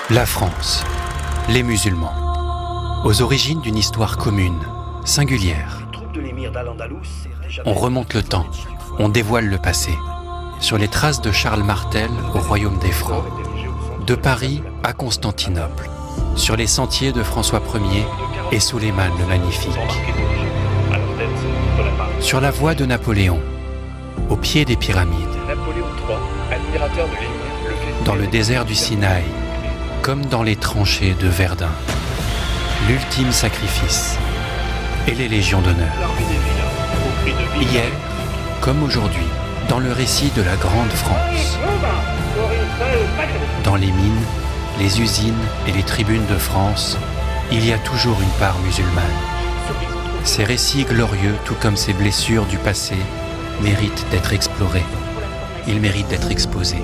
La France, les musulmans, aux origines d'une histoire commune, singulière. On remonte le temps, on dévoile le passé, sur les traces de Charles Martel au royaume des Francs, de Paris à Constantinople, sur les sentiers de François Ier et Souleymane le Magnifique, sur la voie de Napoléon, au pied des pyramides, dans le désert du Sinaï, comme dans les tranchées de Verdun, l'ultime sacrifice et les légions d'honneur. Hier, comme aujourd'hui, dans le récit de la Grande France, dans les mines, les usines et les tribunes de France, il y a toujours une part musulmane. Ces récits glorieux, tout comme ces blessures du passé, méritent d'être explorés. Ils méritent d'être exposés.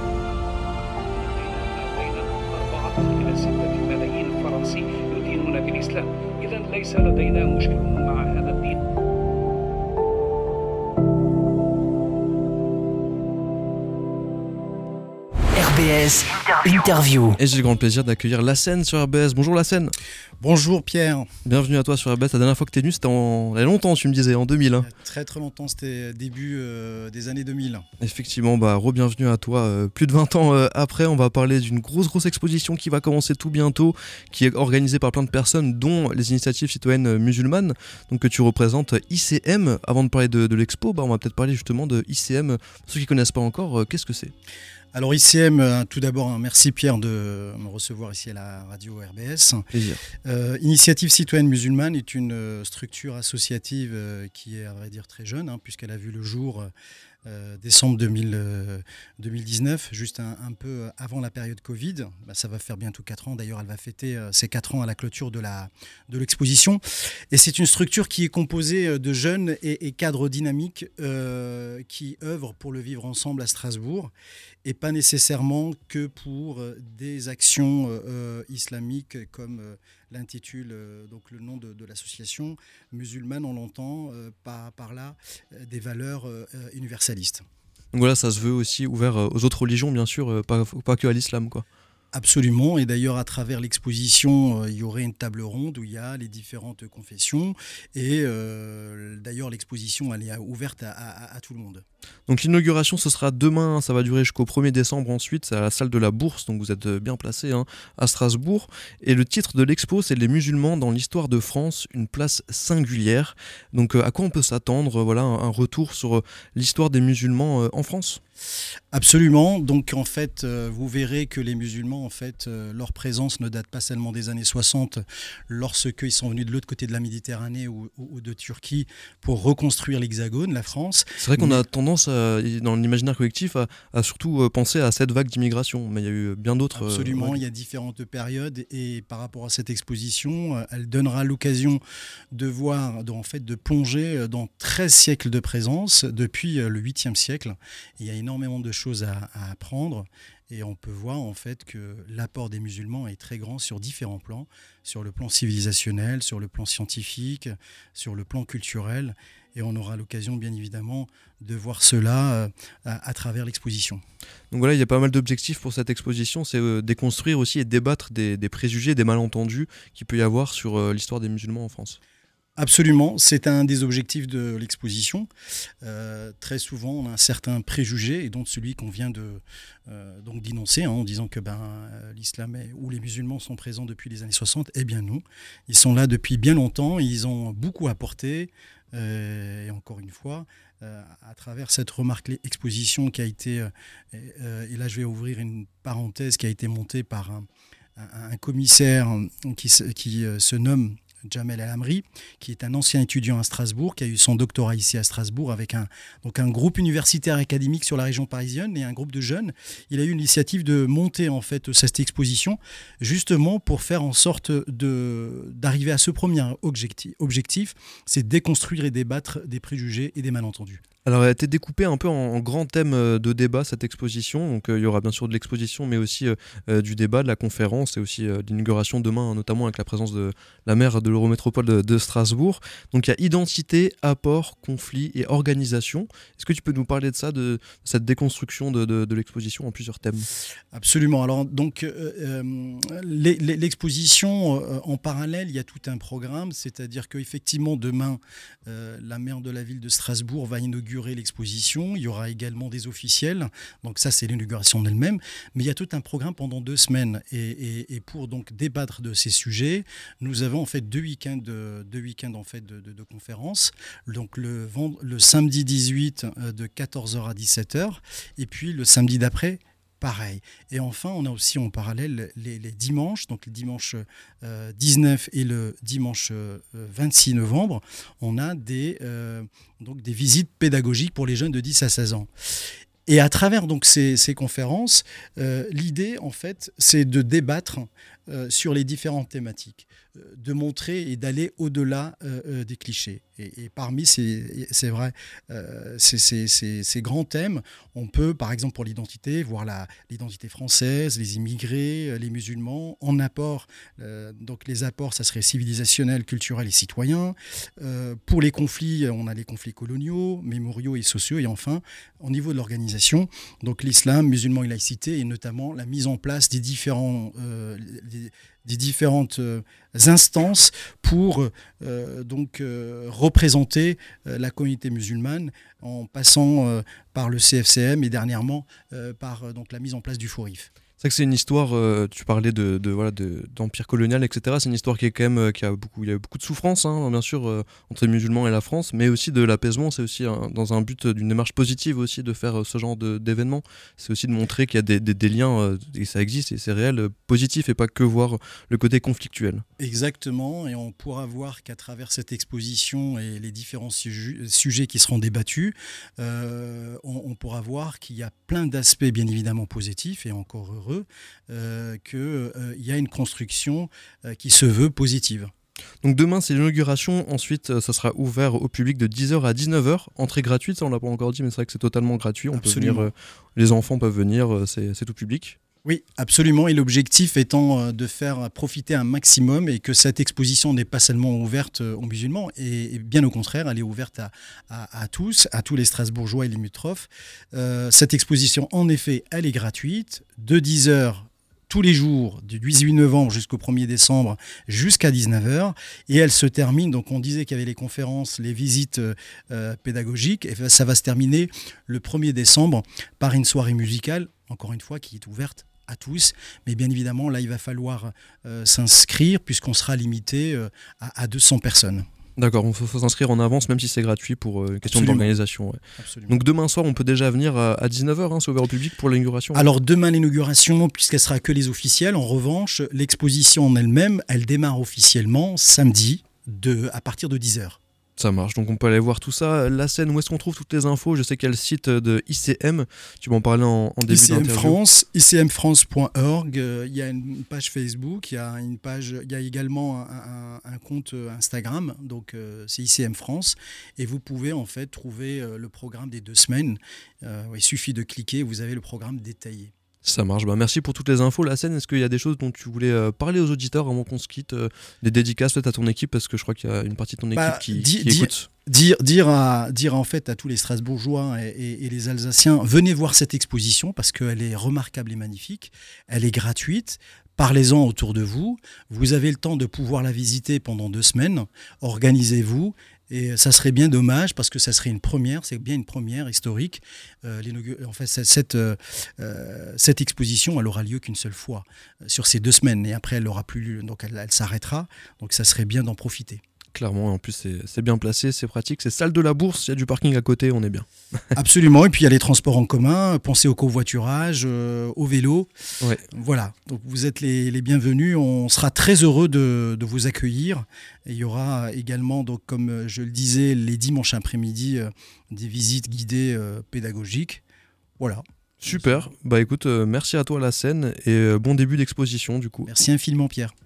RBS Interview. Et j'ai le grand plaisir d'accueillir Lassène sur RBS. Bonjour Lassène. Bonjour Pierre. Bienvenue à toi sur RBS. La dernière fois que tu es venu, c'était il y a longtemps, tu me disais, en 2000. Il y a très très longtemps, c'était début des années 2000. Effectivement, re-bienvenue à toi. Plus de 20 ans après, on va parler d'une grosse exposition qui va commencer tout bientôt, qui est organisée par plein de personnes, dont les initiatives citoyennes musulmanes, donc que tu représentes ICM. Avant de parler de l'expo, on va peut-être parler justement de ICM. Pour ceux qui ne connaissent pas encore, qu'est-ce que c'est ? Alors ICM, tout d'abord, merci Pierre de me recevoir ici à la radio RBS. Plaisir. Initiative citoyenne musulmane est une structure associative qui est, à vrai dire, très jeune, puisqu'elle a vu le jour décembre 2019, juste un peu avant la période Covid. Ça va faire bientôt 4 ans. D'ailleurs, elle va fêter ses 4 ans à la clôture de l'exposition. Et c'est une structure qui est composée de jeunes et cadres dynamiques qui œuvrent pour le vivre ensemble à Strasbourg, et pas nécessairement que pour des actions islamiques comme l'intitule donc le nom de l'association musulmane. On l'entend par là des valeurs universalistes. Donc voilà, ça se veut aussi ouvert aux autres religions, bien sûr, pas que à l'islam, quoi. Absolument, et d'ailleurs à travers l'exposition, il y aurait une table ronde où il y a les différentes confessions, et d'ailleurs l'exposition elle est ouverte à tout le monde. Donc l'inauguration ce sera demain, ça va durer jusqu'au 1er décembre ensuite, c'est à la salle de la Bourse, donc vous êtes bien placé à Strasbourg, et le titre de l'expo c'est Les musulmans dans l'histoire de France, une place singulière. Donc à quoi on peut s'attendre, voilà, un retour sur l'histoire des musulmans en France ? Absolument, donc en fait vous verrez que les musulmans en fait leur présence ne date pas seulement des années 60 lorsqu'ils sont venus de l'autre côté de la Méditerranée ou de Turquie pour reconstruire l'Hexagone, la France. C'est vrai qu'on a tendance dans l'imaginaire collectif à surtout penser à cette vague d'immigration, mais il y a eu bien d'autres. Absolument, il y a différentes périodes, et par rapport à cette exposition, elle donnera l'occasion de voir, de plonger dans 13 siècles de présence depuis le 8e siècle. Il y a énormément de choses à apprendre, et on peut voir en fait que l'apport des musulmans est très grand sur différents plans, sur le plan civilisationnel, sur le plan scientifique, sur le plan culturel, et on aura l'occasion bien évidemment de voir cela à travers l'exposition. Donc voilà, il y a pas mal d'objectifs pour cette exposition, c'est déconstruire aussi et débattre des préjugés, des malentendus qu'il peut y avoir sur l'histoire des musulmans en France. Absolument, c'est un des objectifs de l'exposition. Très souvent, on a un certain préjugé, et donc celui qu'on vient donc d'énoncer, en disant que l'islam ou les musulmans sont présents depuis les années 60. Eh bien non, ils sont là depuis bien longtemps, ils ont beaucoup apporté, et encore une fois, à travers cette remarque exposition qui a été, et là je vais ouvrir une parenthèse, qui a été montée par un commissaire qui se nomme Jamel El-Amri, qui est un ancien étudiant à Strasbourg, qui a eu son doctorat ici à Strasbourg avec un groupe universitaire académique sur la région parisienne et un groupe de jeunes. Il a eu l'initiative de monter en fait cette exposition justement pour faire en sorte d'arriver à ce premier objectif, c'est déconstruire et débattre des préjugés et des malentendus. Alors, elle a été découpée un peu en grands thèmes de débat, cette exposition. Donc, il y aura bien sûr de l'exposition, mais aussi du débat, de la conférence et aussi de l'inauguration demain, notamment avec la présence de la maire de l'Eurométropole de Strasbourg. Donc, il y a identité, apport, conflit et organisation. Est-ce que tu peux nous parler de ça, de cette déconstruction de l'exposition en plusieurs thèmes ? Absolument. Alors, donc, l'exposition, en parallèle, il y a tout un programme, c'est-à-dire qu'effectivement, demain, la maire de la ville de Strasbourg va inaugurer l'exposition. Il y aura également des officiels. Donc ça, c'est l'inauguration en elle-même. Mais il y a tout un programme pendant 2 semaines. Et pour donc débattre de ces sujets, nous avons en fait deux week-ends en fait de conférences. Donc le samedi 18 de 14h à 17h. Et puis le samedi d'après, pareil. Et enfin, on a aussi en parallèle les dimanches, donc le dimanche 19 et le dimanche 26 novembre, on a des visites pédagogiques pour les jeunes de 10 à 16 ans. Et à travers donc ces conférences, l'idée, en fait, c'est de débattre sur les différentes thématiques, de montrer et d'aller au-delà des clichés. Et parmi ces grands thèmes, on peut, par exemple pour l'identité, voir l'identité française, les immigrés, les musulmans. En apport, donc les apports, ça serait civilisationnel, culturel et citoyen. Pour les conflits, on a les conflits coloniaux, mémoriaux et sociaux. Et enfin, au niveau de l'organisation, donc l'islam, musulmans et laïcité, et notamment la mise en place des différentes instances pour représenter la communauté musulmane en passant par le CFCM et dernièrement par donc, la mise en place du FORIF. C'est vrai que c'est une histoire, tu parlais d'empire colonial, etc. C'est une histoire qui est quand même, il y a beaucoup de souffrance, hein, bien sûr, entre les musulmans et la France, mais aussi de l'apaisement. C'est aussi dans un but d'une démarche positive aussi de faire ce genre d'événements. C'est aussi de montrer qu'il y a des liens, et ça existe, et c'est réel, positif, et pas que voir le côté conflictuel. Exactement, et on pourra voir qu'à travers cette exposition et les différents sujets qui seront débattus, on pourra voir qu'il y a plein d'aspects bien évidemment positifs et encore heureux, qu'il y a une construction qui se veut positive. Donc demain c'est l'inauguration, ensuite ça sera ouvert au public de 10h à 19h, entrée gratuite, ça on l'a pas encore dit mais c'est vrai que c'est totalement gratuit, on peut venir, les enfants peuvent venir, c'est tout public. Oui, absolument. Et l'objectif étant de faire profiter un maximum et que cette exposition n'est pas seulement ouverte aux musulmans, et bien au contraire, elle est ouverte à tous les Strasbourgeois et limitrophes. Cette exposition, en effet, elle est gratuite, de 10h tous les jours, du 18 novembre jusqu'au 1er décembre, jusqu'à 19h. Et elle se termine, donc on disait qu'il y avait les conférences, les visites pédagogiques, et ça va se terminer le 1er décembre par une soirée musicale, encore une fois, qui est ouverte à tous, mais bien évidemment là il va falloir s'inscrire puisqu'on sera limité à 200 personnes. D'accord, il faut s'inscrire en avance même si c'est gratuit pour une question d'organisation. Ouais. Donc demain soir on peut déjà venir à 19h, hein, c'est ouvert au public pour l'inauguration. Alors demain l'inauguration, puisqu'elle sera que les officiels, en revanche l'exposition en elle-même, elle démarre officiellement samedi à partir de 10h. Ça marche, donc on peut aller voir tout ça. La scène, où est-ce qu'on trouve toutes les infos ? Je sais qu'il y a le site de ICM, tu m'en parlais en début d'interview. France, icmfrance.org, il y a une page Facebook, il y a également un compte Instagram, donc c'est ICM France, et vous pouvez en fait trouver le programme des 2 semaines. Il suffit de cliquer, vous avez le programme détaillé. Ça marche, merci pour toutes les infos. La scène, est-ce qu'il y a des choses dont tu voulais parler aux auditeurs avant qu'on se quitte, des dédicaces peut-être à ton équipe, parce que je crois qu'il y a une partie de ton équipe qui écoute. Dire en fait à tous les Strasbourgeois et les Alsaciens, venez voir cette exposition parce qu'elle est remarquable et magnifique, elle est gratuite. Parlez-en autour de vous, vous avez le temps de pouvoir la visiter pendant 2 semaines, organisez-vous. Et ça serait bien dommage parce que ça serait une première, c'est bien une première historique. En fait, cette exposition, elle aura lieu qu'une seule fois sur ces 2 semaines et après elle aura plus, donc elle s'arrêtera. Donc ça serait bien d'en profiter. Clairement, en plus c'est bien placé, c'est pratique, c'est salle de la Bourse, il y a du parking à côté, on est bien. Absolument, et puis il y a les transports en commun, pensez au covoiturage, au vélo. Ouais. Voilà, donc vous êtes les bienvenus, on sera très heureux de vous accueillir. Et il y aura également, donc, comme je le disais, les dimanches après-midi, des visites guidées pédagogiques. Voilà. Super, écoute, merci à toi la scène et bon début d'exposition du coup. Merci infiniment Pierre.